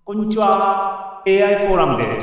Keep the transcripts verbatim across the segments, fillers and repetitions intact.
こんにちは。エーアイ フォーラムです。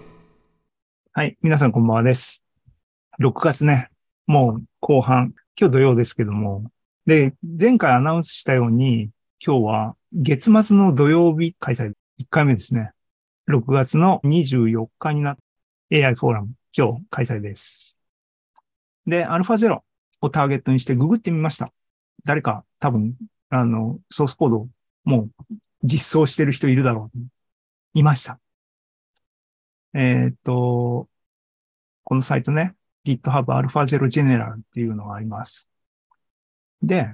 はい。皆さんこんばんはです。ろくがつね、もう後半、今日土曜ですけども。で、前回アナウンスしたように、今日は月末の土曜日開催、いっかいめですね。ろくがつのにじゅうよっかになった エーアイ フォーラム、今日開催です。で、アルファゼロをターゲットにしてググってみました。誰か多分、あの、ソースコードをもう実装してる人いるだろう。いました。えーっと、このサイトね、GitHub Alpha Zero General っていうのがあります。で、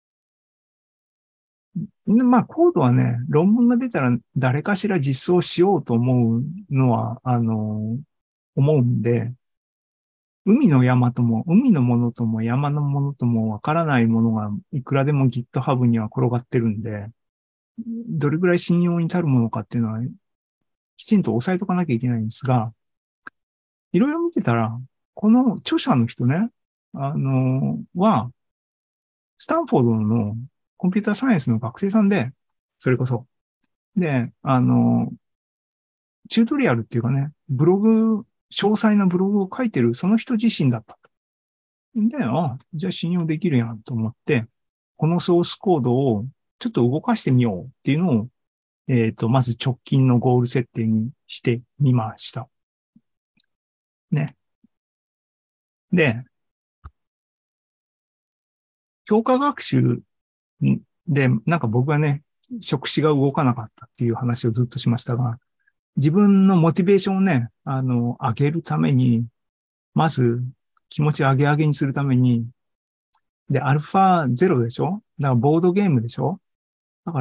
まあ、コードはね、論文が出たら誰かしら実装しようと思うのは、あの、思うんで、海の山とも、海のものとも山のものともわからないものがいくらでも GitHub には転がってるんで、どれぐらい信用に足るものかっていうのはきちんと押さえとかなきゃいけないんですが、いろいろ見てたら、この著者の人ね、あの、は、スタンフォードのコンピューターサイエンスの学生さんで、それこそ。で、あの、チュートリアルっていうかね、ブログ、詳細なブログを書いてるその人自身だった。で、あ、じゃあ信用できるやんと思って、このソースコードをちょっと動かしてみようっていうのを、えっと、まず直近のゴール設定にしてみました。ね。で、強化学習で、なんか僕はね、触手が動かなかったっていう話をずっとしましたが、自分のモチベーションをね、あの、上げるために、まず気持ち上げ上げにするために、で、アルファゼロでしょ。だからボードゲームでしょ。だから、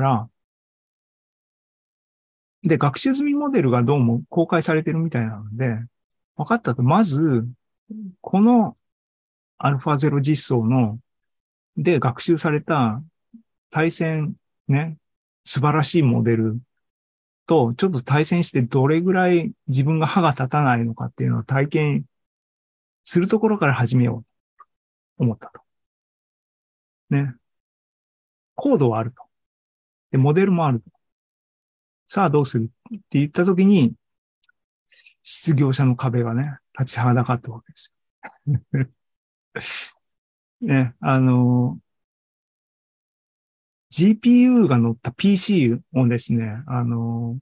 で、学習済みモデルがどうも公開されてるみたいなので、分かったと。まず、このアルファゼロ実装の、で学習された対戦ね、素晴らしいモデルと、ちょっと対戦してどれぐらい自分が歯が立たないのかっていうのを体験するところから始めようと思ったと。ね。コードはあると。で、モデルもあると。さあどうするって言ったときに、失業者の壁がね、立ちはだかったわけですよ。ね、あの、ジーピーユー が乗った ピーシー をですね、あの、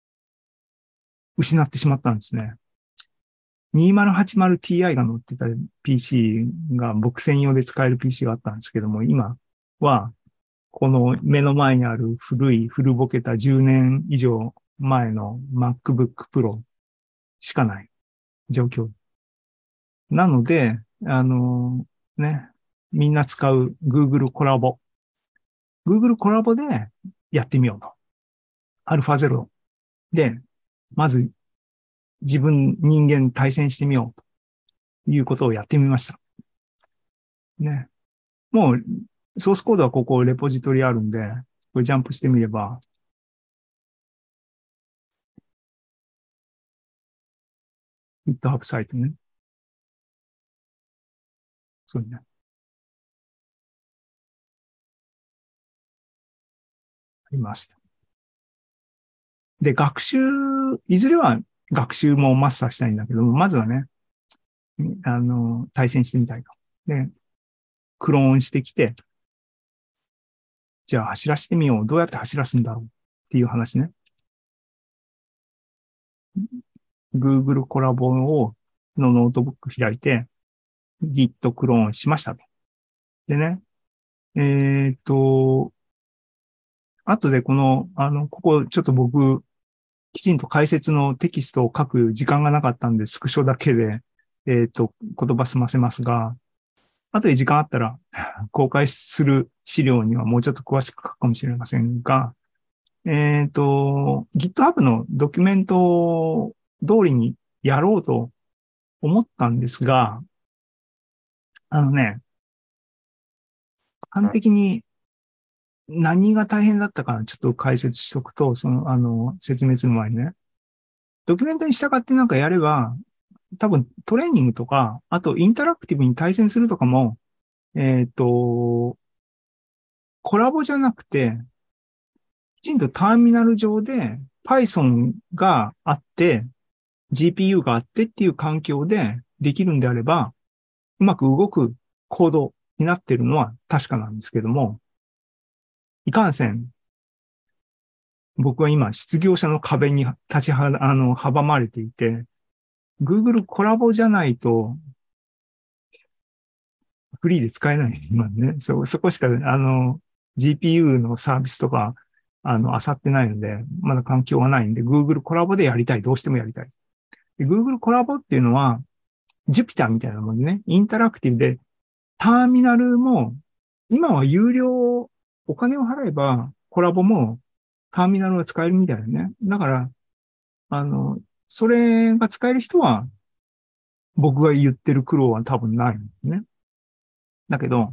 失ってしまったんですね。にせんはちじゅうティーアイ が乗ってた ピーシー が僕専用で使える ピーシー があったんですけども、今はこの目の前にある古い古ぼけたじゅうねん以上前の MacBook Pro しかない状況。なので、あのね、みんな使う Google コラボ。Google コラボでやってみようと。アルファゼロで、まず自分人間対戦してみようということをやってみました。ね。もう、ソースコードはここレポジトリあるんで、これジャンプしてみれば、GitHub サイトね。そうね。ありました。で、学習、いずれは学習もマスターしたいんだけども、まずはね、あの、対戦してみたいと。で、クローンしてきて、じゃあ走らせてみよう。どうやって走らすんだろうっていう話ね。Google コラボを、のノートブック開いて、Git クローンしましたと。でね、えっと、後でこの、あの、ここちょっと僕、きちんと解説のテキストを書く時間がなかったんで、スクショだけで、えっと、言葉済ませますが、後で時間あったら公開する資料にはもうちょっと詳しく書くかもしれませんが、えっと、GitHub のドキュメント通りにやろうと思ったんですが、あのね、完璧に何が大変だったかちょっと解説しとくと、その、あの、説明する前にね、ドキュメントに従ってなんかやれば、多分トレーニングとか、あとインタラクティブに対戦するとかも、えっと、コラボじゃなくて、きちんとターミナル上で Python があって、ジーピーユー があってっていう環境でできるんであれば、うまく動くコードになっているのは確かなんですけども、いかんせん、僕は今失業者の壁に立ちは、あの、阻まれていて、Google コラボじゃないとフリーで使えない。今ね。そ、そこしか、あの、ジーピーユー のサービスとか、あの、漁ってないので、まだ環境がないんで、Google コラボでやりたい。どうしてもやりたい。で Google コラボっていうのは、Jupyter みたいなもんでね、インタラクティブで、ターミナルも、今は有料、お金を払えば、コラボもターミナルが使えるみたいだね。だから、あの、それが使える人は、僕が言ってる苦労は多分ないんですね。だけど、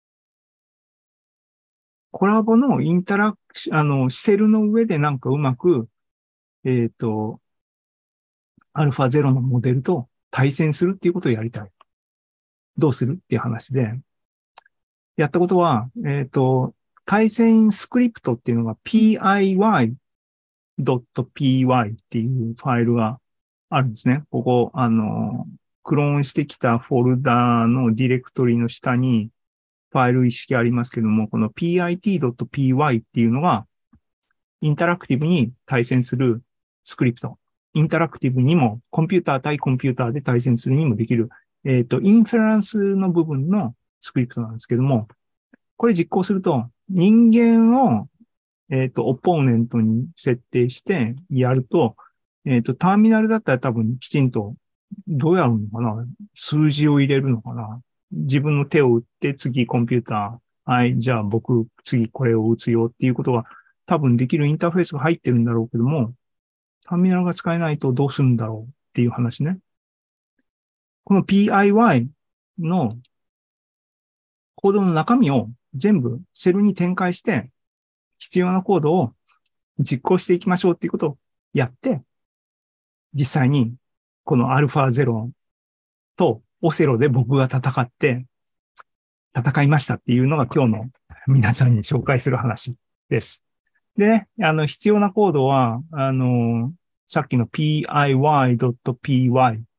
コラボのインタラクション、あの、セルの上でなんかうまく、えっと、アルファゼロのモデルと対戦するっていうことをやりたい。どうするっていう話で、やったことは、えっと、対戦スクリプトっていうのが ピーアイワイドットピーワイ っていうファイルがあるんですね。ここ、あの、クローンしてきたフォルダーのディレクトリの下にファイル意識ありますけども、この ピーアイティードットピーワイ っていうのがインタラクティブに対戦するスクリプト。インタラクティブにも、コンピューター対コンピューターで対戦するにもできる、えっと、インフェランスの部分のスクリプトなんですけども、これ実行すると、人間を、えっと、オポーネントに設定してやると、えっと、ターミナルだったら多分きちんと、どうやるのかな、数字を入れるのかな、自分の手を打って次コンピューター、はい、じゃあ僕次これを打つよっていうことが多分できるインターフェースが入ってるんだろうけども、ターミナルが使えないとどうするんだろうっていう話ね。この ピーアイワイ のコードの中身を全部セルに展開して、必要なコードを実行していきましょうっていうことをやって、実際にこの アルファゼロ とオセロで僕が戦って戦いましたっていうのが今日の皆さんに紹介する話です。でね、あの、必要なコードは、あの、さっきの ピーアイワイドットピーワイ フ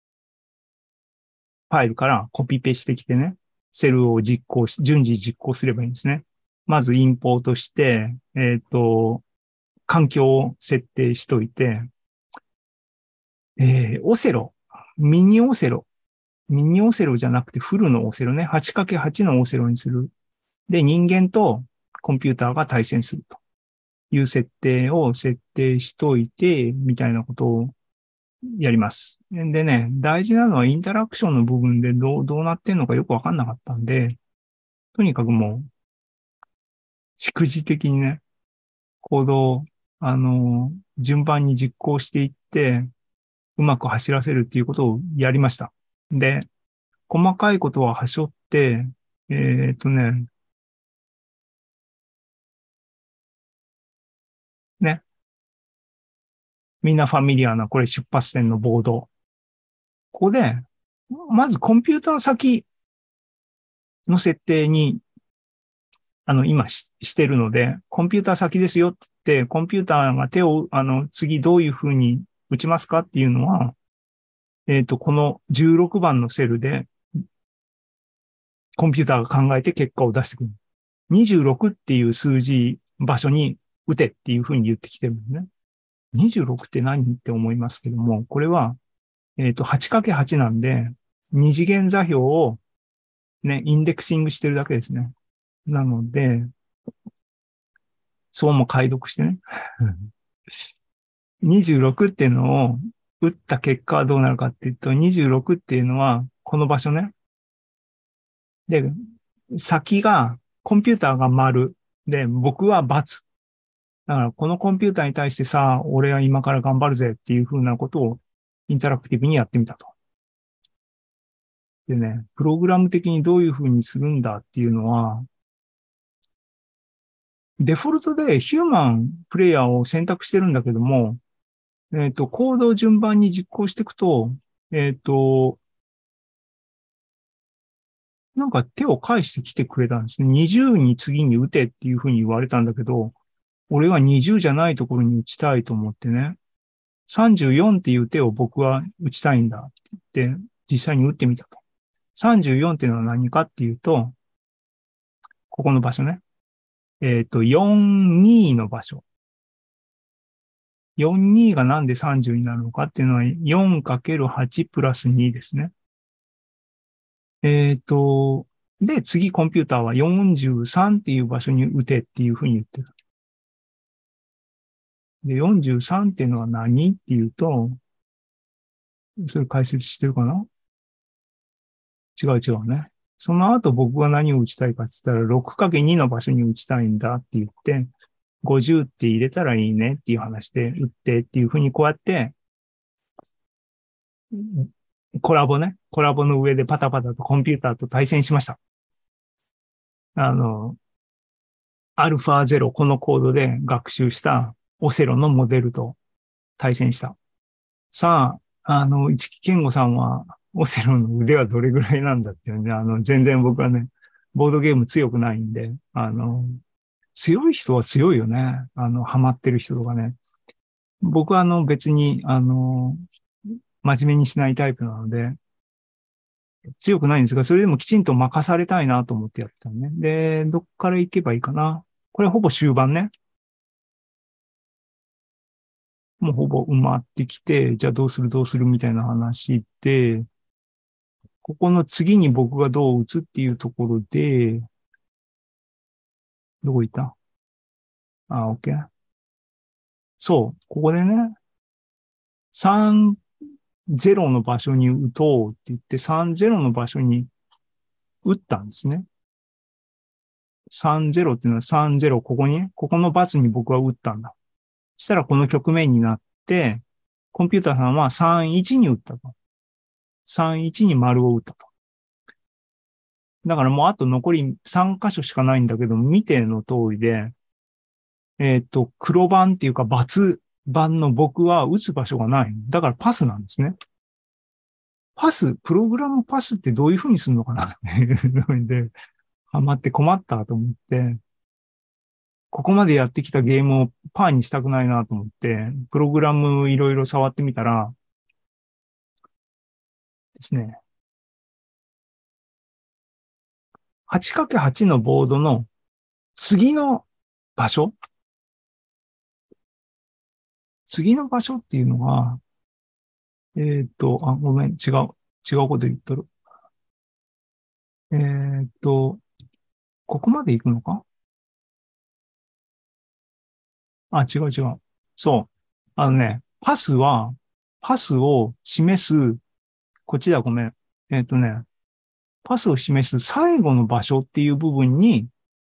ァイルからコピペしてきてね、セルを実行し、順次実行すればいいんですね。まずインポートして、えっと、環境を設定しといて、えー、オセロ、ミニオセロ、ミニオセロじゃなくてフルのオセロね、はちかけるはち のオセロにする。で、人間とコンピューターが対戦するという設定を設定しといて、みたいなことをやります。でね、大事なのはインタラクションの部分でどう、どうなってんのかよくわかんなかったんで、とにかくもう、逐次的にね、コードを、あの、順番に実行していって、うまく走らせるっていうことをやりました。で、細かいことは端折って、えっとね、ね、みんなファミリアな、これ出発点のボード。ここで、まずコンピューター先の設定に、あの、今し、してるので、コンピューター先ですよって言って、コンピューターが手を、あの、次どういうふうに打ちますかっていうのは、えっと、このじゅうろくばんのセルで、コンピューターが考えて結果を出してくる。にじゅうろくっていう数字場所に打てっていうふうに言ってきてるんですね。にじゅうろくって何って思いますけども、これは、えっと、はちかけるはち なんで、二次元座標をね、インデクシングしてるだけですね。なので、そうも解読してね。にじゅうろくっていうのを打った結果はどうなるかっていうと、にじゅうろくっていうのはこの場所ね。で、先が、コンピューターが丸。で、僕は×。だから、このコンピューターに対してさ、俺は今から頑張るぜっていうふうなことをインタラクティブにやってみたと。でね、プログラム的にどういうふうにするんだっていうのは、デフォルトでヒューマンプレイヤーを選択してるんだけども、えっと、コードを順番に実行していくと、えっと、なんか手を返してきてくれたんですね。にじゅうに次に打てっていうふうに言われたんだけど、 俺はにじゅうじゃないところに打ちたいと思ってね、さんじゅうよんっていう手を僕は打ちたいんだって言って、実際に打ってみたと。さんじゅうよんっていうのは何かっていうと、ここの場所ね。えっと、よんにの場所。よんにがなんでさんじゅうになるのかっていうのは よんかけるはち プラスにですね。えっと、で、次コンピューターはよんじゅうさんっていう場所に打てっていうふうに言ってる。で、よんじゅうさんっていうのは何っていうと、それ解説してるかな。違う違うね。その後僕が何を打ちたいかって言ったら ろくかけるに の場所に打ちたいんだって言って、ごじゅうって入れたらいいねっていう話で打ってっていうふうにこうやって、コラボね。コラボの上でパタパタとコンピューターと対戦しました。あの、アルファゼロ、このコードで学習したオセロのモデルと対戦した。さあ、あの、市木健吾さんは、オセロの腕はどれぐらいなんだっていうね、あの、全然僕はね、ボードゲーム強くないんで、あの、強い人は強いよね。あの、ハマってる人とかね。僕はあの、別に、あの、真面目にしないタイプなので、強くないんですが、それでもきちんと任されたいなと思ってやってたのね。で、どっから行けばいいかな。これほぼ終盤ね。もうほぼ埋まってきて、じゃあどうするどうするみたいな話で、ここの次に僕がどう打つっていうところで、どこ行った？あ、OK。そう。ここでね、さんゼロの場所に打とうって言って、さんゼロの場所に打ったんですね。さんゼロっていうのはさんゼロ、ここにね、ここのバツに僕は打ったんだ。そしたらこの局面になって、コンピューターさんはさんいちに打ったと。さんいちに丸を打ったと。だからもうあと残りさん箇所しかないんだけど、見ての通りで、えっと、黒番っていうか×番の僕は打つ場所がない。だからパスなんですね。パス、プログラムパスってどういうふうにするのかなっていうので、ハマって困ったと思って、ここまでやってきたゲームをパーにしたくないなと思って、プログラムいろいろ触ってみたらですね、はちかけるはち のボードの次の場所次の場所っていうのが、えっと、あ、ごめん、違う、違うこと言っとる。えっと、ここまで行くのか？あ、違う違う。そう。あのね、パスは、パスを示す、こっちだ、ごめん。えっとね、パスを示す最後の場所っていう部分に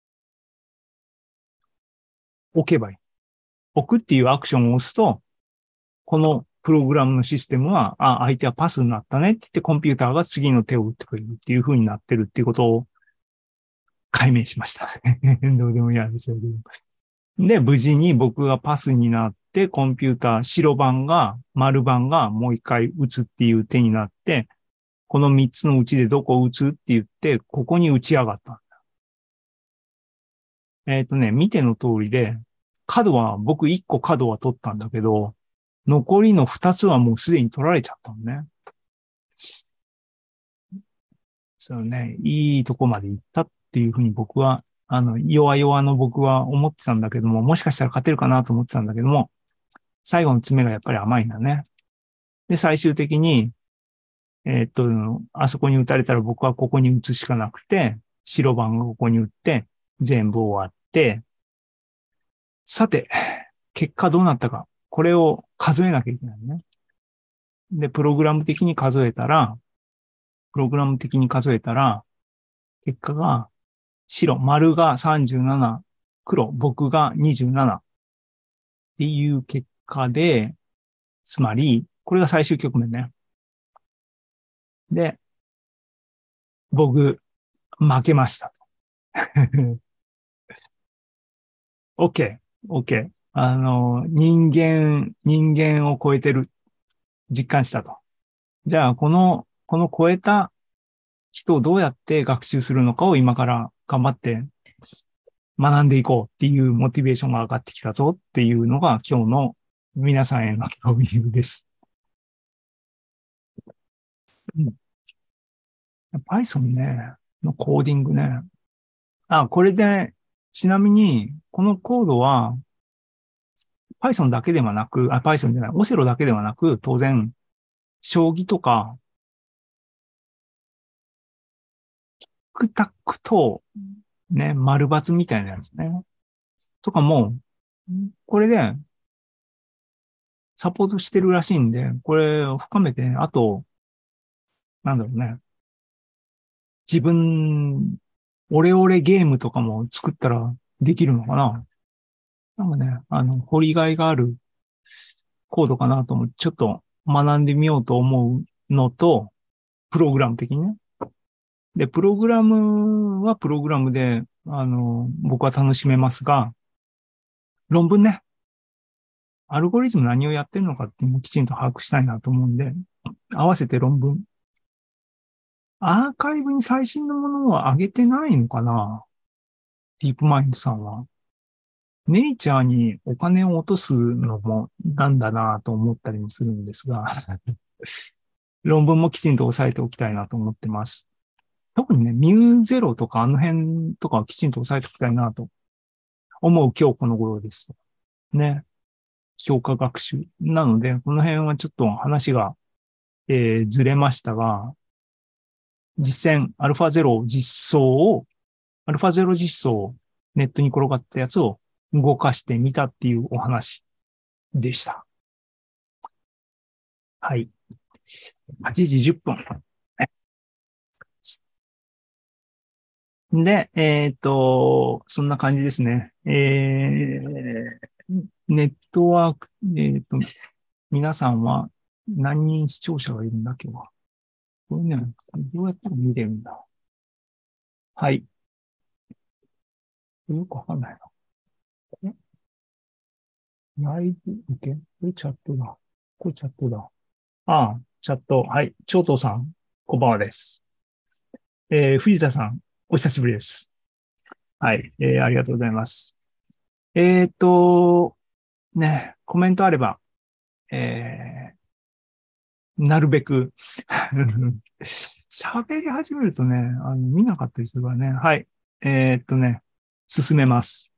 置けばいい。置くっていうアクションを押すと、このプログラムのシステムは、あ、相手はパスになったねって言ってコンピューターが次の手を打ってくれるっていう風になってるっていうことを解明しました。どうでもいいですよ。で、無事に僕がパスになって、コンピューター、白番が、丸番がもう一回打つっていう手になって、この三つのうちでどこを打つって言って、ここに打ち上がった。えっとね、見ての通りで、角は、僕一個角は取ったんだけど、残りの二つはもうすでに取られちゃったのね。そうね、いいとこまで行ったっていうふうに僕は、あの、弱々の僕は思ってたんだけども、もしかしたら勝てるかなと思ってたんだけども、最後の詰めがやっぱり甘いんだね。で、最終的に、えーっと、あそこに打たれたら僕はここに打つしかなくて、白番がここに打って、全部終わって、さて、結果どうなったか。これを数えなきゃいけないね。で、プログラム的に数えたら、プログラム的に数えたら、結果が、白、丸がさんじゅうなな、黒、僕がにじゅうななっていう結果で、つまり、これが最終局面ね。で、僕、負けました。OK、OK。あの、人間、人間を超えてる、実感したと。じゃあ、この、この超えた人をどうやって学習するのかを今から頑張って学んでいこうっていうモチベーションが上がってきたぞっていうのが今日の皆さんへの共有です。うん、Python ね、のコーディングね。あ、これで、ちなみに、このコードは Python だけではなく、あ、Python じゃない、オセロだけではなく、当然、将棋とか、クタクと、ね、丸抜みたいなやつね。とかも、これでサポートしてるらしいんで、これを深めて、あと、なんだろうね。自分、オレオレゲームとかも作ったらできるのかな。なんかね、あの、掘りがいがあるコードかなと思って、ちょっと学んでみようと思うのと、プログラム的にね。で、プログラムはプログラムで、あの、僕は楽しめますが、論文ね、アルゴリズム何をやってるのかっていうのをきちんと把握したいなと思うんで、合わせて論文。アーカイブに最新のものを上げてないのかな、ディープマインドさんは。ネイチャーにお金を落とすのもなんだなと思ったりもするんですが、論文もきちんと押さえておきたいなと思ってます。特にね、ミューゼロとかあの辺とかはきちんと押さえておきたいなと思う今日この頃です。ね。評価学習。なので、この辺はちょっと話が、えーずれましたが、実践、アルファゼロ実装を、アルファゼロ実装をネットに転がったやつを動かしてみたっていうお話でした。はい。はちじじゅっぷん。で、えっと、そんな感じですね。えー、ネットワーク、えっと、皆さんは何人視聴者がいるんだ、今日は。これね、どうやったら見れるんだ。はい。よくわかんないな。えライブ受けこれチャットだ。これチャットだ。ああ、チャット。はい。長藤さん、こんばんはです。えー、藤田さん、お久しぶりです。はい。えー、ありがとうございます。えっと、ね、コメントあれば、えー、なるべく喋り始めるとね、あの、見なかったりするからね。はい。えーっとね、進めます。